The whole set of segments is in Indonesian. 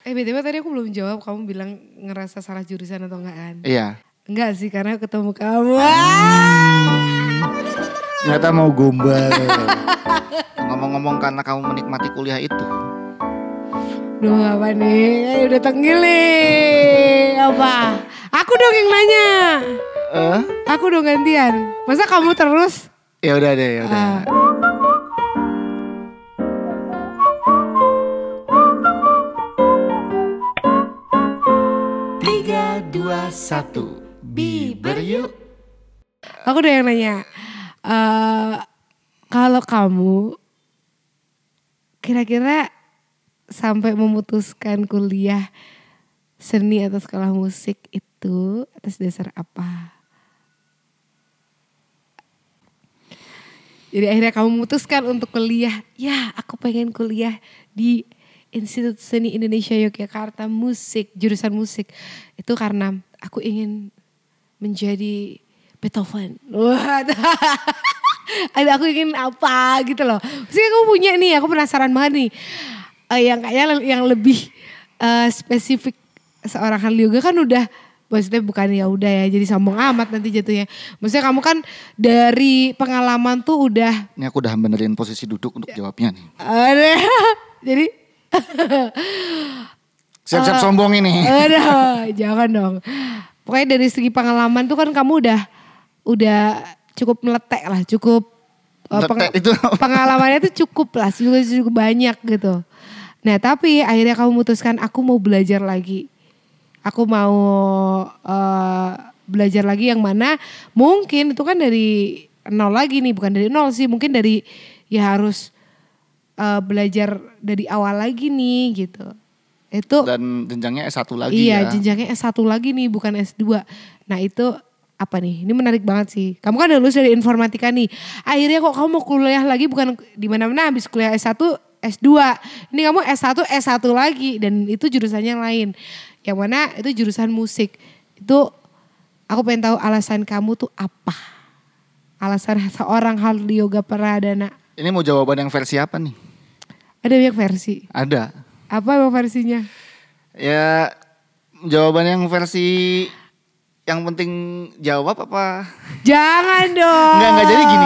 BTW tadi aku belum jawab, kamu bilang ngerasa salah jurusan atau enggak kan? Iya. Enggak sih, karena ketemu kamu. Ternyata mau gombal. Ngomong-ngomong karena kamu menikmati kuliah itu. Duh apa nih, udah tenggil nih. Apa? Aku dong yang nanya. Aku dong gantian. Masa kamu terus? Ya udah deh, ya udah. 3, 2, 1, Bieber yuk. Aku udah yang nanya. Kalau kamu kira-kira sampai memutuskan kuliah seni atau sekolah musik itu atas dasar apa? Jadi akhirnya kamu memutuskan untuk kuliah. Ya, aku pengen kuliah di Institut Seni Indonesia Yogyakarta musik, jurusan musik. Itu karena aku ingin menjadi Beethoven. Wah, ada aku ingin apa gitu loh. Maksudnya aku punya nih, aku penasaran banget nih. Yang kayaknya yang lebih spesifik seorang Harly Yoga kan udah, maksudnya bukan ya udah ya jadi sombong amat nanti jatuhnya. Maksudnya kamu kan dari pengalaman tuh udah. Ini aku udah benerin posisi duduk untuk jawabnya nih. Jadi siap-siap sombong ini. Jangan dong. Pokoknya dari segi pengalaman tuh kan kamu udah cukup meletek lah, cukup pengalamannya tuh cukup lah, cukup banyak gitu. Nah tapi akhirnya kamu memutuskan aku mau belajar lagi. Aku mau belajar lagi yang mana mungkin itu kan dari nol lagi nih, bukan dari nol sih, mungkin dari ya harus belajar dari awal lagi nih gitu. Itu dan jenjangnya S1 lagi iya, ya. jenjangnya S1 lagi nih, bukan S2. Nah itu apa nih? Ini menarik banget sih. Kamu kan udah lulus dari informatika nih. Akhirnya kok kamu mau kuliah lagi, bukan di mana-mana habis kuliah S1, S2. Ini kamu S1, S1 lagi dan itu jurusannya lain. Yang mana itu jurusan musik. Itu aku pengen tahu alasan kamu tuh apa? Alasan seorang Harly Yoga Pradana. Ini mau jawaban yang versi apa nih? Ada banyak versi. Ada. Apa emang versinya? Ya jawaban yang versi yang penting jawab apa? Jangan dong. Enggak jadi gini.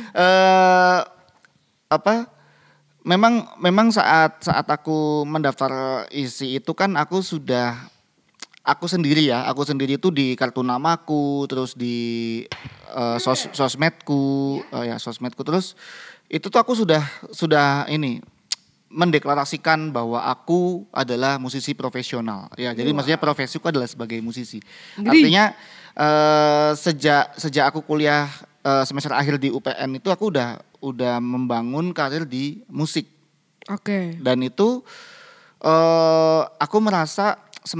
Memang saat aku mendaftar isi itu kan aku sendiri itu di kartu namaku, terus di sosmedku terus itu tuh aku sudah ini mendeklarasikan bahwa aku adalah musisi profesional. Ya, jadi maksudnya profesiku adalah sebagai musisi. Artinya sejak aku kuliah semester akhir di UPN itu aku udah membangun karir di musik. Oke. Dan itu aku merasa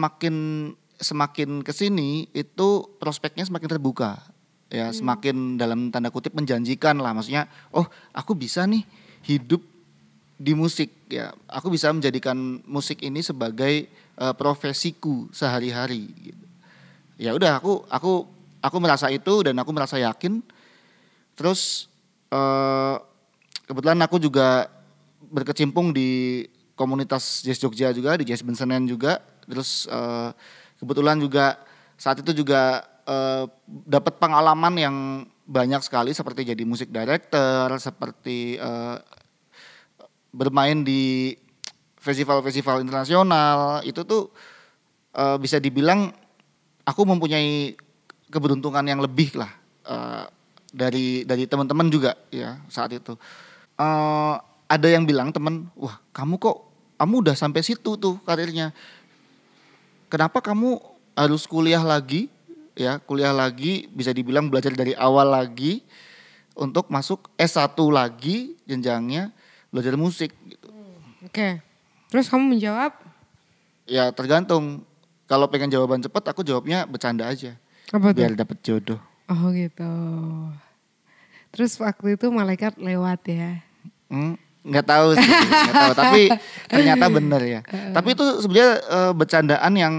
semakin kesini itu prospeknya semakin terbuka. Ya, semakin dalam tanda kutip menjanjikan lah. Maksudnya, oh aku bisa nih hidup di musik, ya aku bisa menjadikan musik ini sebagai profesiku sehari-hari gitu. Ya udah aku merasa itu dan aku merasa yakin. Terus kebetulan aku juga berkecimpung di komunitas Jazz Jogja juga, di Jazz Band juga. Terus kebetulan juga saat itu juga dapat pengalaman yang banyak sekali, seperti jadi music director, seperti bermain di festival-festival internasional. Itu tuh bisa dibilang aku mempunyai keberuntungan yang lebih lah dari teman-teman juga ya saat itu. Ada yang bilang teman, wah kamu udah sampai situ tuh karirnya, kenapa kamu harus kuliah lagi ya, bisa dibilang belajar dari awal lagi untuk masuk S1 lagi jenjangnya belajar musik gitu. Oke. Terus kamu menjawab? Ya tergantung. Kalau pengen jawaban cepat aku jawabnya bercanda aja. Apa tuh? Biar dapet jodoh. Oh gitu. Terus waktu itu malaikat lewat ya? Nggak tahu sih, tapi ternyata benar ya. Tapi itu sebenarnya bercandaan yang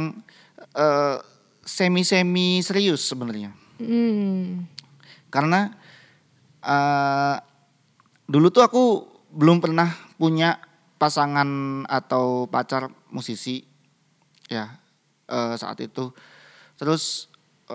semi serius sebenarnya. Karena dulu tuh aku belum pernah punya pasangan atau pacar musisi ya saat itu. Terus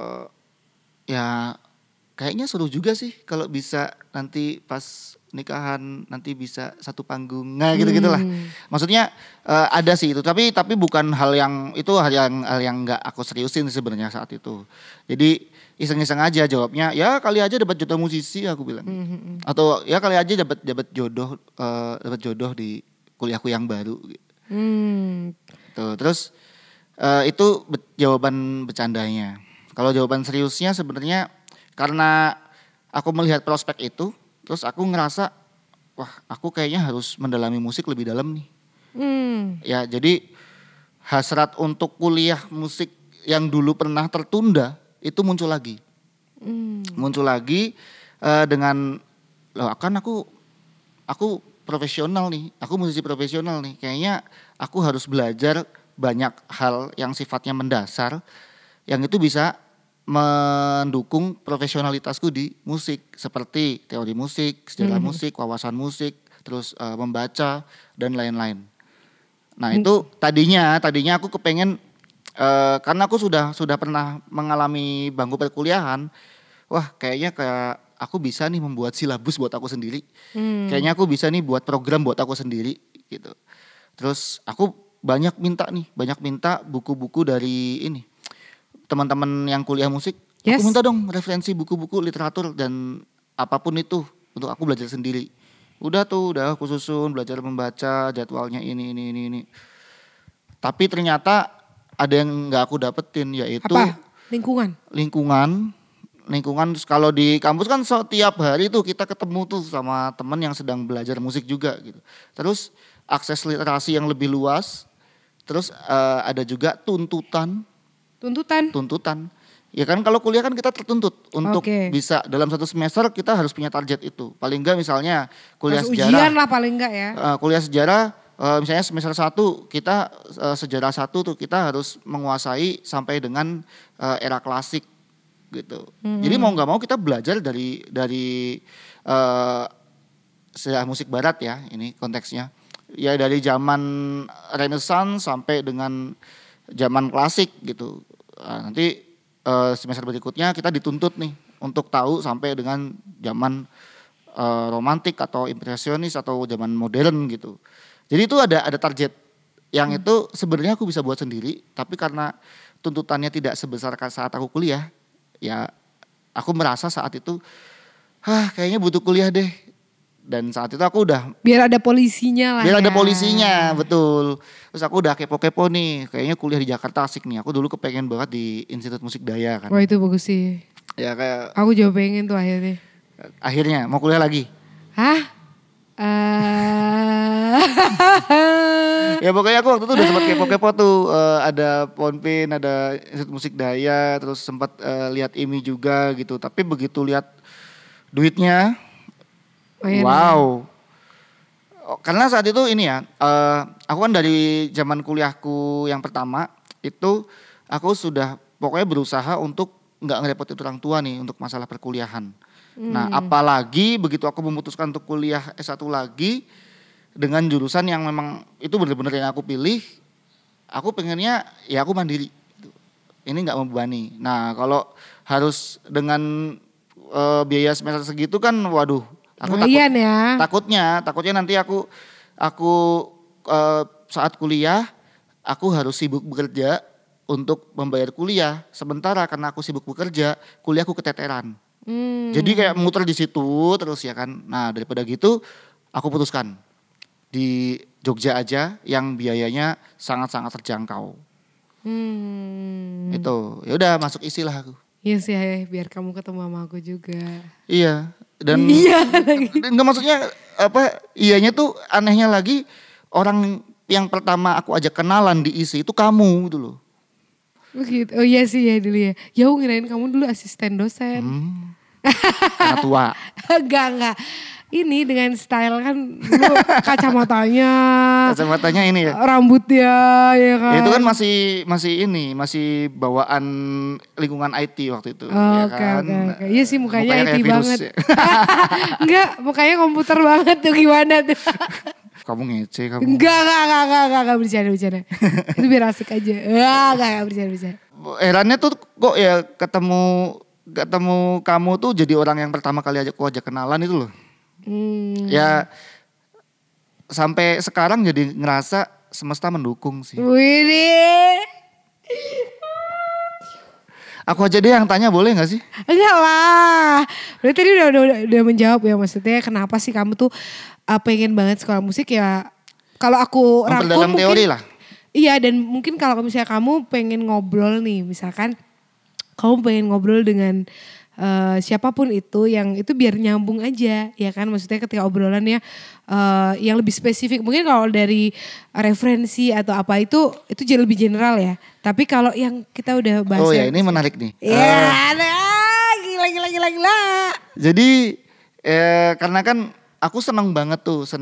ya kayaknya seru juga sih kalau bisa nanti pas nikahan nanti bisa satu panggung, nah gitu-gitulah. Maksudnya ada sih itu, tapi bukan hal yang itu, hal yang nggak aku seriusin sebenarnya saat itu. Jadi iseng-iseng aja jawabnya, ya kali aja dapat jodoh musisi aku bilang, atau ya kali aja dapat jodoh di kuliahku yang baru. Gitu. Tuh, terus itu jawaban bercandanya. Kalau jawaban seriusnya sebenarnya karena aku melihat prospek itu, terus aku ngerasa, wah aku kayaknya harus mendalami musik lebih dalam nih. Ya jadi hasrat untuk kuliah musik yang dulu pernah tertunda itu muncul lagi. Muncul lagi dengan, loh kan aku profesional nih, aku musisi profesional nih. Kayaknya aku harus belajar banyak hal yang sifatnya mendasar, yang itu bisa mendukung profesionalitasku di musik, seperti teori musik, sejarah musik, wawasan musik, terus membaca dan lain-lain. Nah itu tadinya aku kepengen, karena aku sudah pernah mengalami bangku perkuliahan, wah kayaknya kayak aku bisa nih membuat silabus buat aku sendiri, kayaknya aku bisa nih buat program buat aku sendiri gitu. Terus aku banyak minta buku-buku dari ini teman-teman yang kuliah musik. Aku minta dong referensi buku-buku literatur dan apapun itu untuk aku belajar sendiri. Udah aku susun, belajar membaca, jadwalnya ini. Tapi ternyata ada yang nggak aku dapetin, yaitu apa? Lingkungan. Terus kalau di kampus kan setiap hari tuh kita ketemu tuh sama teman yang sedang belajar musik juga gitu. Terus akses literasi yang lebih luas. Terus ada juga tuntutan. Ya kan kalau kuliah kan kita tertuntut untuk bisa dalam satu semester kita harus punya target itu. Paling enggak misalnya kuliah sejarah. Ujian lah paling enggak ya. Kuliah sejarah misalnya semester 1 kita sejarah 1 tuh kita harus menguasai sampai dengan era klasik gitu. Jadi mau enggak mau kita belajar dari sejarah musik barat ya, ini konteksnya. Ya dari zaman Renaissance sampai dengan zaman klasik gitu. Nanti semester berikutnya kita dituntut nih untuk tahu sampai dengan zaman romantik atau impresionis atau zaman modern gitu. Jadi itu ada target yang itu sebenarnya aku bisa buat sendiri, tapi karena tuntutannya tidak sebesar saat aku kuliah, ya aku merasa saat itu kayaknya butuh kuliah deh. Dan saat itu aku udah biar ada polisinya lah. Ada polisinya, betul. Terus aku udah kepo-kepo nih, kayaknya kuliah di Jakarta asik nih. Aku dulu kepengen banget di Institut Musik Daya kan. Wah itu bagus sih. Ya kayak aku juga pengen tuh akhirnya. Akhirnya mau kuliah lagi. Ya pokoknya aku waktu itu udah sempat kepo-kepo tuh, ada Ponpin, ada Institut Musik Daya, terus sempat lihat IMI juga gitu. Tapi begitu lihat duitnya, wow. Karena saat itu ini ya, aku kan dari zaman kuliahku yang pertama itu aku sudah pokoknya berusaha untuk nggak ngerepotin orang tua nih untuk masalah perkuliahan. Nah apalagi begitu aku memutuskan untuk kuliah S1 lagi dengan jurusan yang memang itu benar-benar yang aku pilih, aku pengennya ya aku mandiri. Ini nggak membebani. Nah kalau harus dengan biaya semester segitu kan, waduh. Aku takutnya nanti aku saat kuliah aku harus sibuk bekerja untuk membayar kuliah, sementara karena aku sibuk bekerja kuliahku keteteran. Jadi kayak muter di situ terus ya kan. Nah daripada gitu aku putuskan di Jogja aja yang biayanya sangat-sangat terjangkau. Itu ya udah masuk isi lah aku. Iya sih, biar kamu ketemu sama aku juga. Iya. Dan enggak maksudnya apa, iyanya tuh anehnya lagi, orang yang pertama aku ajak kenalan di ISI itu kamu gitu loh. Begitu. Oh iya sih ya dulu ya. Ya aku ngirain kamu dulu asisten dosen. Karena tua. Enggak. Ini dengan style kan dulu kacamatanya ini ya. Rambutnya ya kan. Ya, itu kan masih bawaan lingkungan IT waktu itu. Ya kan. Oke. Iya sih mukanya IT banget. Ya. Enggak, mukanya komputer banget tuh, gimana tuh. kamu ngece kamu. Enggak bercanda. Itu biar asik aja. Enggak bercanda. Herannya tuh kok ya ketemu kamu tuh jadi orang yang pertama kali aku ajak kenalan itu loh. Ya sampai sekarang jadi ngerasa semesta mendukung sih. Wih. Aku aja deh yang tanya, boleh gak sih? Enggak lah. Berarti tadi udah menjawab ya, maksudnya kenapa sih kamu tuh pengen banget sekolah musik ya. Kalau aku rangkum dalam teori lah. Iya, dan mungkin kalau misalnya kamu pengen ngobrol nih, misalkan kamu pengen ngobrol dengan siapapun itu, yang itu biar nyambung aja ya kan, maksudnya ketika obrolannya yang lebih spesifik, mungkin kalau dari referensi atau apa itu jadi lebih general ya, tapi kalau yang kita udah bahas ya ini menarik nih ya gila. Jadi karena kan aku seneng banget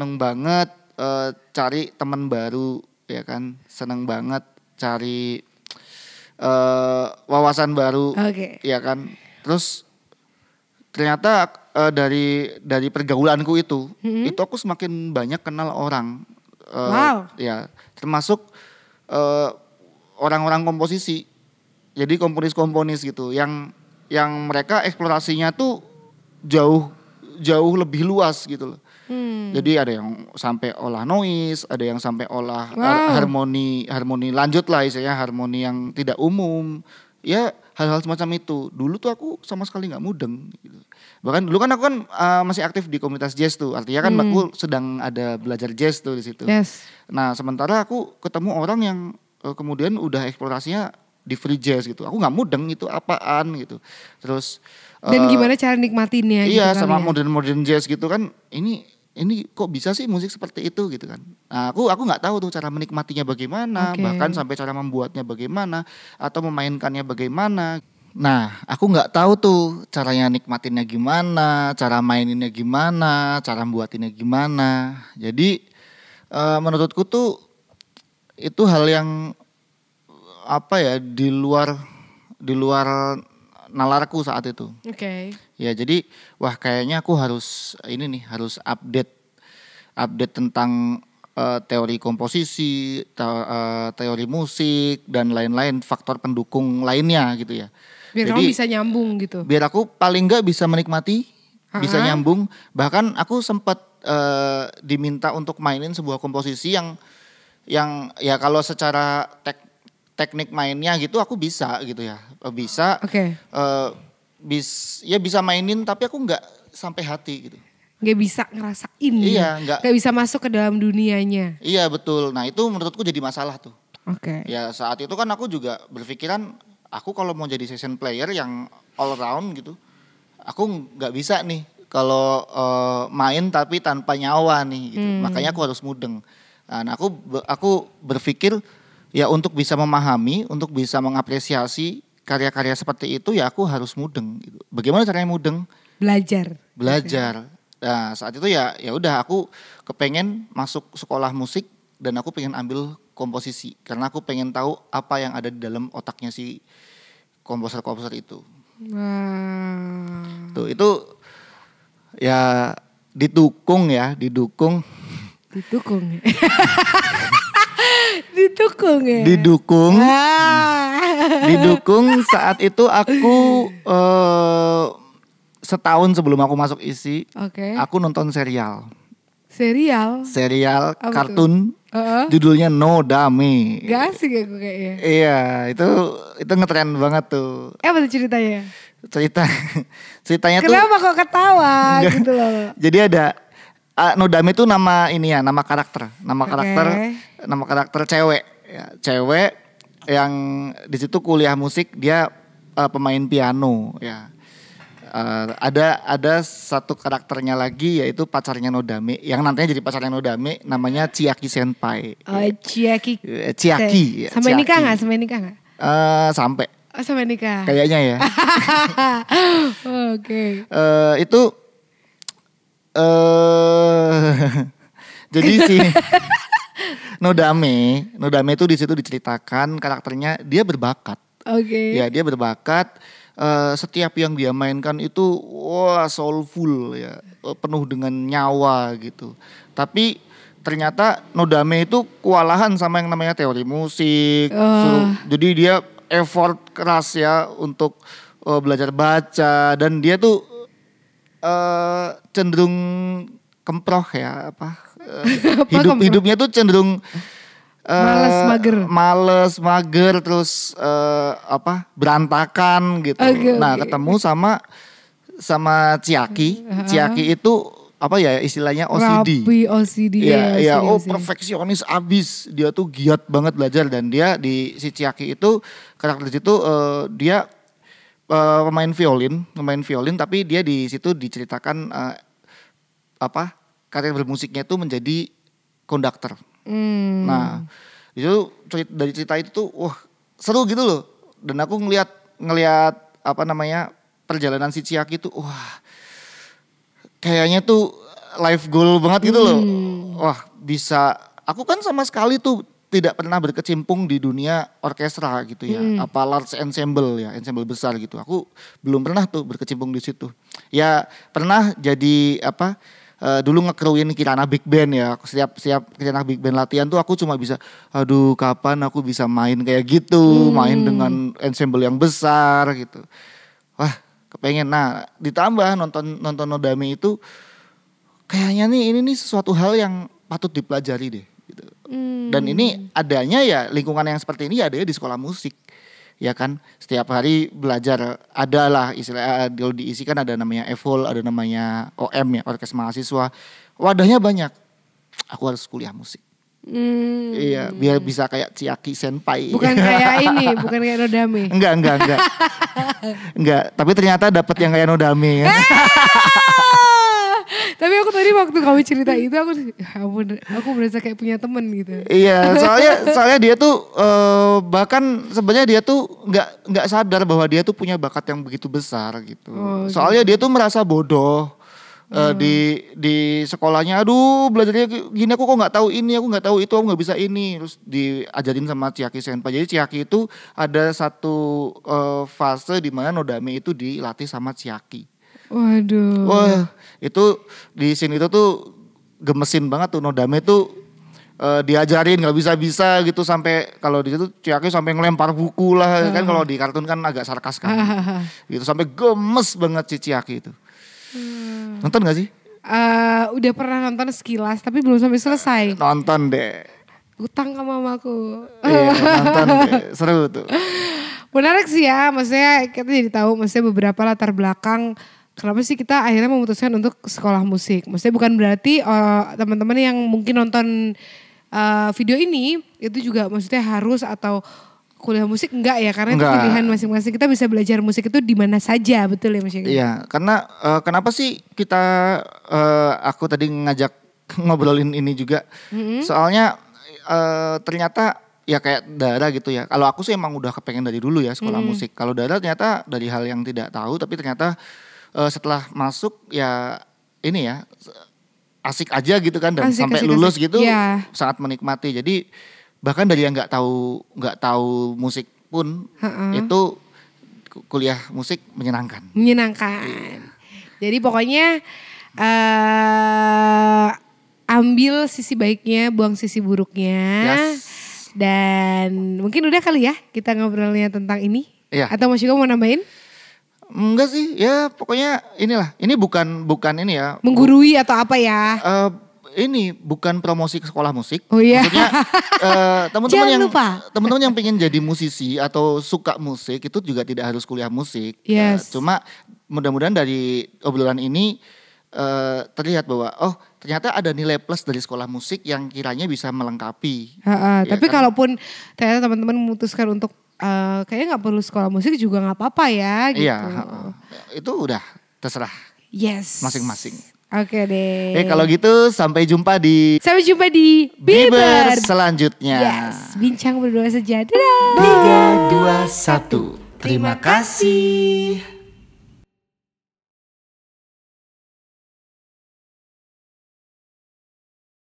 cari teman baru ya kan, seneng banget cari wawasan baru ya kan. Terus ternyata dari pergaulanku itu aku semakin banyak kenal orang. Ya, termasuk orang-orang komposisi. Jadi komponis-komponis gitu yang mereka eksplorasinya tuh jauh lebih luas gitu loh. Jadi ada yang sampai olah noise, ada yang sampai olah harmoni lanjut lah, istilahnya harmoni yang tidak umum. Ya hal-hal semacam itu. Dulu tuh aku sama sekali gak mudeng gitu. Bahkan dulu kan aku kan masih aktif di komunitas jazz tuh. Artinya kan aku sedang ada belajar jazz tuh di situ. Yes. Nah, sementara aku ketemu orang yang kemudian udah eksplorasinya di free jazz gitu. Aku gak mudeng itu apaan gitu. Terus dan gimana cara nikmatinnya iya, gitu sama ya? modern jazz gitu kan. Ini kok bisa sih musik seperti itu gitu kan. Nah, aku nggak tahu tuh cara menikmatinya bagaimana, bahkan sampai cara membuatnya bagaimana atau memainkannya bagaimana. Nah, aku nggak tahu tuh caranya nikmatinnya gimana, cara maininnya gimana, cara buatinnya gimana. Jadi menurutku tuh itu hal yang apa ya, di luar nalarku saat itu. Ya jadi kayaknya aku harus update tentang teori komposisi, teori musik dan lain-lain, faktor pendukung lainnya gitu ya. Biar jadi, kamu bisa nyambung gitu. Biar aku paling enggak bisa menikmati, bisa nyambung. Bahkan aku sempat diminta untuk mainin sebuah komposisi yang ya kalau secara teknik mainnya gitu aku bisa gitu ya, bisa. Bisa mainin, tapi aku nggak sampai hati gitu. Nggak bisa ngerasain. Iya, nggak bisa masuk ke dalam dunianya. Iya betul. Nah itu menurutku jadi masalah tuh. Ya saat itu kan aku juga berpikiran, aku kalau mau jadi session player yang all round gitu, aku nggak bisa nih kalau main tapi tanpa nyawa nih gitu. Makanya aku harus mudeng. Nah aku berpikir ya untuk bisa memahami, untuk bisa mengapresiasi karya-karya seperti itu ya aku harus mudeng gitu. Bagaimana caranya mudeng? Belajar. Nah, saat itu ya udah aku kepengen masuk sekolah musik dan aku pengen ambil komposisi karena aku pengen tahu apa yang ada di dalam otaknya si komposer-komposer itu. Tuh itu ya didukung. Didukung ya. Didukung saat itu aku setahun sebelum aku masuk ISI, aku nonton serial kartun, judulnya No Dame. Gak asik ya gue kayaknya. Iya, itu ngetren banget tuh. Apa tuh ceritanya? Ceritanya kenapa kok ketawa gitu loh? Jadi ada No Dame itu nama karakter, nama karakter cewek, ya, cewek yang di situ kuliah musik, dia pemain piano ya. Ada satu karakternya lagi yaitu pacarnya Nodame yang nantinya jadi pacarnya Nodame, namanya Chiaki Senpai. Chiaki. Sampai nikah nggak? Sampai. Sampai nikah. Kayaknya ya. Itu jadi si Nodame itu di situ diceritakan karakternya, dia berbakat. Ya dia berbakat. Setiap yang dia mainkan itu soulful ya, penuh dengan nyawa gitu. Tapi ternyata Nodame itu kewalahan sama yang namanya teori musik. Jadi dia effort keras ya untuk belajar baca, dan dia tuh cenderung kemproh ya hidupnya tuh cenderung males mager terus berantakan gitu. Ketemu sama Chiaki. Chiaki itu apa ya istilahnya OCD. Rapi OCD. Iya, perfeksionis abis. Dia tuh giat banget belajar, dan dia di si Chiaki itu karakter di situ dia pemain violin, tapi dia di situ diceritakan karir bermusiknya itu menjadi konduktor. Nah, itu dari cerita itu tuh seru gitu loh. Dan aku ngelihat perjalanan si Chiaki tuh kayaknya tuh life goal banget gitu loh. Bisa. Aku kan sama sekali tuh tidak pernah berkecimpung di dunia orkestra gitu ya. Apa large ensemble ya, ensemble besar gitu. Aku belum pernah tuh berkecimpung di situ. Ya pernah jadi dulu nge-crewin Kirana Big Band ya. Setiap Kirana Big Band latihan tuh aku cuma bisa, aduh kapan aku bisa main kayak gitu, main dengan ensemble yang besar gitu. Kepengen. Nah, ditambah nonton Nodame itu kayaknya ini sesuatu hal yang patut dipelajari deh gitu. Dan ini adanya ya lingkungan yang seperti ini adanya di sekolah musik. Ya kan, setiap hari belajar, adalah istilah kalau diisi kan ada namanya EVOL, ada namanya OM ya, orkes mahasiswa. Wadahnya banyak. Aku harus kuliah musik. Iya, biar bisa kayak Chiaki Senpai. Bukan kayak bukan kayak Nodame. Enggak, tapi ternyata dapat yang kayak Nodame ya. Tapi aku tadi waktu kamu cerita itu aku berasa kayak punya temen gitu. Iya, soalnya dia tuh bahkan sebenarnya dia tuh nggak sadar bahwa dia tuh punya bakat yang begitu besar gitu. Soalnya dia tuh merasa bodoh. Di sekolahnya, aduh belajarnya gini, aku kok nggak tahu ini, aku nggak tahu itu, aku nggak bisa ini. Terus diajarin sama Chiaki Senpai. Jadi Chiaki itu ada satu fase di mana Nodame itu dilatih sama Chiaki. Waduh. Itu di scene itu tuh gemesin banget tuh. Nodame tuh diajarin nggak bisa gitu, sampai kalau di situ Chiaki sampai ngelempar buku lah kan, kalau di kartun kan agak sarkas kan. Gitu sampai gemes banget si Chiaki itu. Nonton gak sih? Udah pernah nonton sekilas tapi belum sampai selesai. Nonton deh. Utang sama mamaku. Iya, nonton deh. Seru tuh. Menarik sih ya, maksudnya kita jadi tahu maksudnya beberapa latar belakang kenapa sih kita akhirnya memutuskan untuk sekolah musik. Maksudnya bukan berarti teman-teman yang mungkin nonton video ini itu juga maksudnya harus atau kuliah musik, enggak ya, karena itu pilihan masing-masing. Kita bisa belajar musik itu di mana saja, betul ya Mas Yogi? Iya, karena kenapa sih aku tadi ngajak ngobrolin ini juga. Soalnya ternyata ya kayak Dara gitu ya. Kalau aku sih emang udah kepengen dari dulu ya sekolah musik. Kalau Dara ternyata dari hal yang tidak tahu, tapi ternyata setelah masuk ya ini ya asik aja gitu kan, dan sampai lulus gitu sangat menikmati. Jadi bahkan dari yang nggak tahu musik pun itu kuliah musik menyenangkan. Jadi pokoknya ambil sisi baiknya, buang sisi buruknya. Dan mungkin udah kali ya kita ngobrolnya tentang ini. Atau Mas Yoga mau nambahin? Enggak sih, ya pokoknya inilah. Ini bukan ini ya. Menggurui atau apa ya? Ini bukan promosi ke sekolah musik. Oh iya. Maksudnya teman-teman yang pengen jadi musisi atau suka musik itu juga tidak harus kuliah musik. Cuma mudah-mudahan dari obrolan ini terlihat bahwa ternyata ada nilai plus dari sekolah musik yang kiranya bisa melengkapi. Tapi kan? Kalaupun ternyata teman-teman memutuskan untuk kayaknya nggak perlu sekolah musik juga nggak apa-apa ya. Gitu. Iya. Itu udah terserah. Masing-masing. Oke deh. Kalau gitu sampai jumpa di Bieber selanjutnya. Bincang berdua saja. Dadah. 3, 2, 1. Terima kasih.